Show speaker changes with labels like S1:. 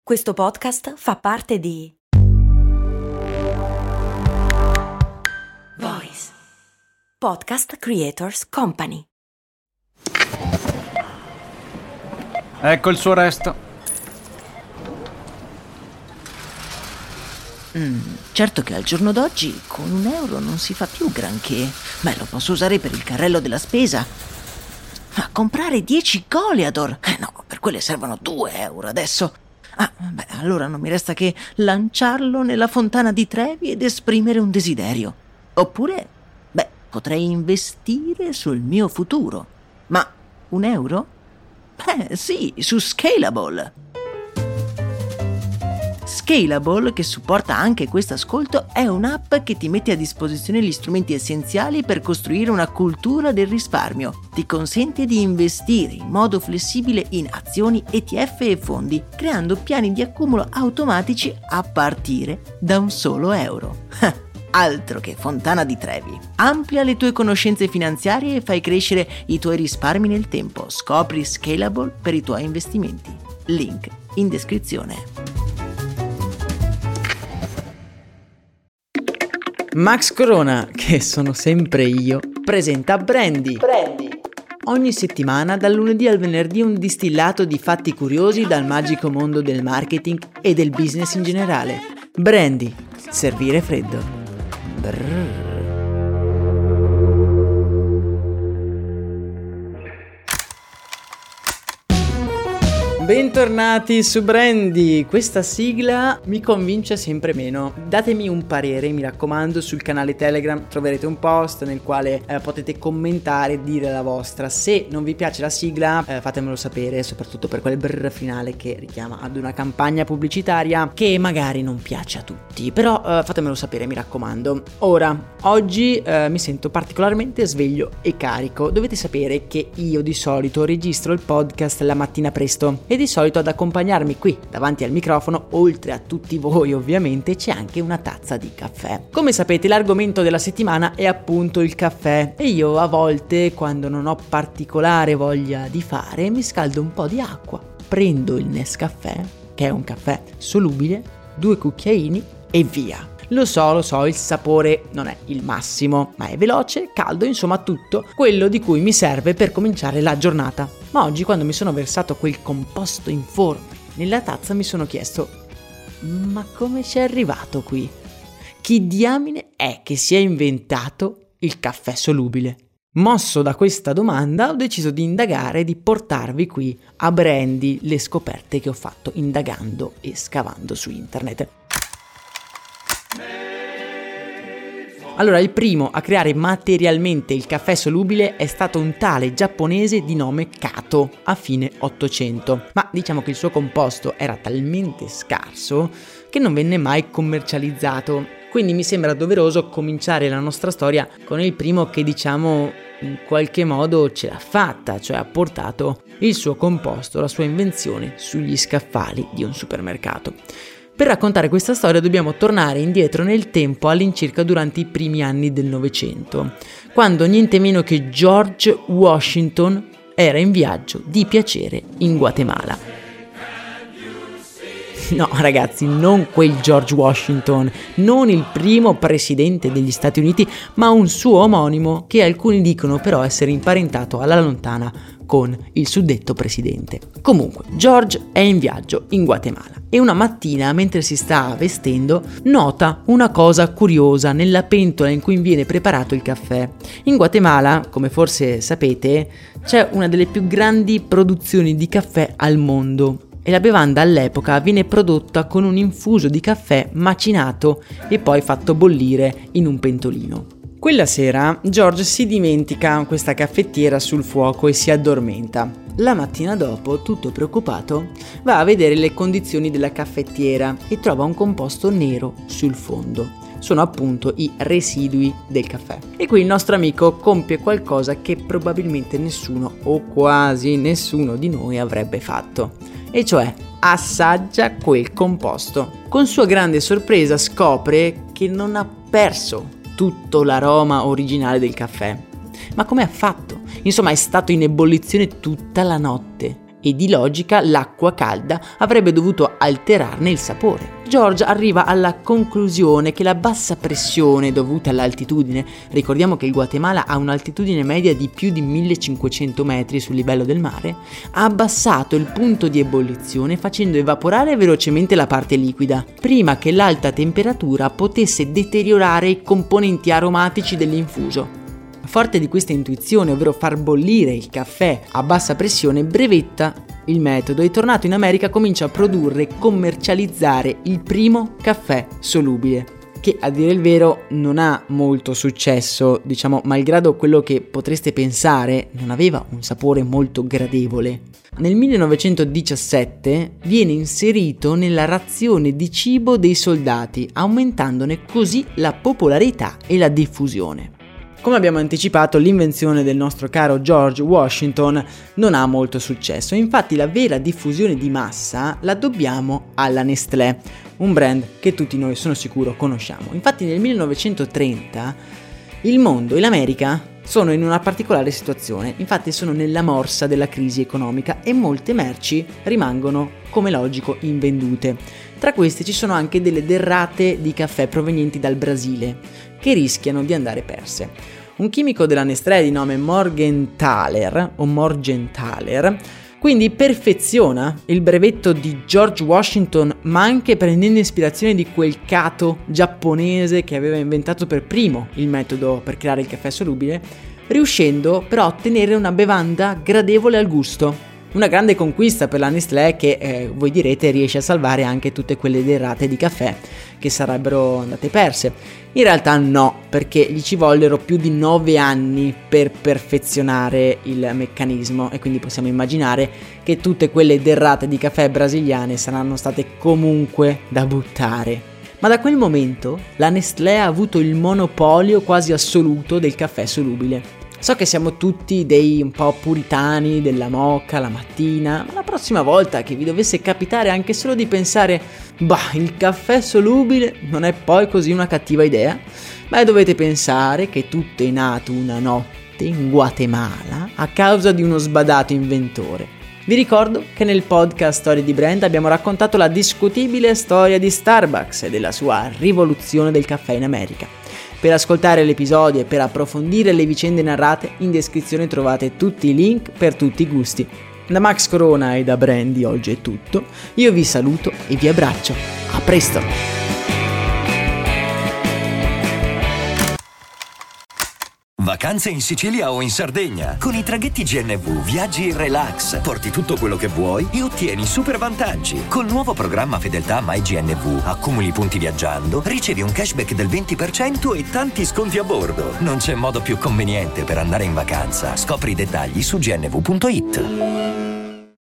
S1: Questo podcast fa parte di Voice Podcast Creators Company.
S2: Ecco il suo resto.
S3: Certo che al giorno d'oggi con €1 non si fa più granché. Lo posso usare per il carrello della spesa. Ma comprare 10 Goliador? No, per quelle servono €2 adesso. Allora non mi resta che lanciarlo nella fontana di Trevi ed esprimere un desiderio. Oppure, potrei investire sul mio futuro. Ma €1? Sì, su Scalable. Scalable, che supporta anche questo ascolto, è un'app che ti mette a disposizione gli strumenti essenziali per costruire una cultura del risparmio. Ti consente di investire in modo flessibile in azioni, ETF e fondi, creando piani di accumulo automatici a partire da un solo euro. Altro che fontana di Trevi. Amplia le tue conoscenze finanziarie e fai crescere i tuoi risparmi nel tempo. Scopri Scalable per i tuoi investimenti. Link in descrizione.
S4: Max Corona, che sono sempre io, presenta Brandy. Ogni settimana, dal lunedì al venerdì, un distillato di fatti curiosi dal magico mondo del marketing e del business in generale. Brandy, servire freddo. Brrr. Bentornati su Brandy, questa sigla mi convince sempre meno. Datemi un parere, mi raccomando, sul canale Telegram troverete un post nel quale potete commentare e dire la vostra. Se non vi piace la sigla fatemelo sapere, soprattutto per quel brrr finale che richiama ad una campagna pubblicitaria che magari non piace a tutti, però fatemelo sapere, mi raccomando. Ora, oggi mi sento particolarmente sveglio e carico. Dovete sapere che io di solito registro il podcast la mattina presto e di solito ad accompagnarmi qui davanti al microfono, oltre a tutti voi ovviamente, c'è anche una tazza di caffè. Come sapete, l'argomento della settimana è appunto il caffè e io a volte, quando non ho particolare voglia di fare, mi scaldo un po' di acqua, prendo il Nescafè, che è un caffè solubile, 2 cucchiaini e via. Lo so, il sapore non è il massimo, ma è veloce, caldo, insomma tutto quello di cui mi serve per cominciare la giornata. Ma oggi, quando mi sono versato quel composto informe nella tazza, mi sono chiesto: ma come ci è arrivato qui? Chi diamine è che si è inventato il caffè solubile? Mosso da questa domanda, ho deciso di indagare e di portarvi qui a Brandy le scoperte che ho fatto indagando e scavando su internet. Allora, il primo a creare materialmente il caffè solubile è stato un tale giapponese di nome Kato a fine 800, ma diciamo che il suo composto era talmente scarso che non venne mai commercializzato. Quindi mi sembra doveroso cominciare la nostra storia con il primo che, diciamo, in qualche modo ce l'ha fatta, cioè ha portato il suo composto, la sua invenzione sugli scaffali di un supermercato. Per raccontare questa storia dobbiamo tornare indietro nel tempo, all'incirca durante i primi anni del Novecento, quando niente meno che George Washington era in viaggio di piacere in Guatemala. No ragazzi, non quel George Washington, non il primo presidente degli Stati Uniti, ma un suo omonimo che alcuni dicono però essere imparentato alla lontana con il suddetto presidente. Comunque, George è in viaggio in Guatemala e una mattina, mentre si sta vestendo, nota una cosa curiosa nella pentola in cui viene preparato il caffè. In Guatemala, come forse sapete, c'è una delle più grandi produzioni di caffè al mondo. E la bevanda all'epoca viene prodotta con un infuso di caffè macinato e poi fatto bollire in un pentolino. Quella sera George si dimentica questa caffettiera sul fuoco e si addormenta. La mattina dopo, tutto preoccupato, va a vedere le condizioni della caffettiera e trova un composto nero sul fondo. Sono appunto i residui del caffè. E qui il nostro amico compie qualcosa che probabilmente nessuno o quasi nessuno di noi avrebbe fatto. E cioè assaggia quel composto. Con sua grande sorpresa scopre che non ha perso tutto l'aroma originale del caffè. Ma come ha fatto? Insomma, è stato in ebollizione tutta la notte e di logica l'acqua calda avrebbe dovuto alterarne il sapore. George arriva alla conclusione che la bassa pressione dovuta all'altitudine, ricordiamo che il Guatemala ha un'altitudine media di più di 1500 metri sul livello del mare, ha abbassato il punto di ebollizione facendo evaporare velocemente la parte liquida, prima che l'alta temperatura potesse deteriorare i componenti aromatici dell'infuso. Forte di questa intuizione, ovvero far bollire il caffè a bassa pressione, brevetta il metodo e tornato in America comincia a produrre e commercializzare il primo caffè solubile, che a dire il vero non ha molto successo, malgrado quello che potreste pensare, non aveva un sapore molto gradevole. Nel 1917 viene inserito nella razione di cibo dei soldati, aumentandone così la popolarità e la diffusione. Come abbiamo anticipato, l'invenzione del nostro caro George Washington non ha molto successo, infatti la vera diffusione di massa la dobbiamo alla Nestlé, un brand che tutti noi sono sicuro conosciamo. Infatti nel 1930 il mondo e l'America sono in una particolare situazione, infatti sono nella morsa della crisi economica e molte merci rimangono, come logico, invendute. Tra queste ci sono anche delle derrate di caffè provenienti dal Brasile, che rischiano di andare perse. Un chimico della Nestlé di nome Morgenthaler quindi perfeziona il brevetto di George Washington, ma anche prendendo ispirazione di quel Kato giapponese che aveva inventato per primo il metodo per creare il caffè solubile, riuscendo però a ottenere una bevanda gradevole al gusto. Una grande conquista per la Nestlé che, voi direte, riesce a salvare anche tutte quelle derrate di caffè che sarebbero andate perse. In realtà no, perché gli ci vollero più di 9 anni per perfezionare il meccanismo e quindi possiamo immaginare che tutte quelle derrate di caffè brasiliane saranno state comunque da buttare. Ma da quel momento la Nestlé ha avuto il monopolio quasi assoluto del caffè solubile. So che siamo tutti dei un po' puritani della moka la mattina, ma la prossima volta che vi dovesse capitare anche solo di pensare il caffè solubile non è poi così una cattiva idea, dovete pensare che tutto è nato una notte in Guatemala a causa di uno sbadato inventore. Vi ricordo che nel podcast Storie di Brand abbiamo raccontato la discutibile storia di Starbucks e della sua rivoluzione del caffè in America. Per ascoltare l'episodio e per approfondire le vicende narrate, in descrizione trovate tutti i link per tutti i gusti. Da Max Corona e da Brandy oggi è tutto, io vi saluto e vi abbraccio. A presto!
S5: Vacanze in Sicilia o in Sardegna. Con i traghetti GNV viaggi in relax, porti tutto quello che vuoi e ottieni super vantaggi. Col nuovo programma Fedeltà MyGNV accumuli punti viaggiando, ricevi un cashback del 20% e tanti sconti a bordo. Non c'è modo più conveniente per andare in vacanza. Scopri i dettagli su gnv.it.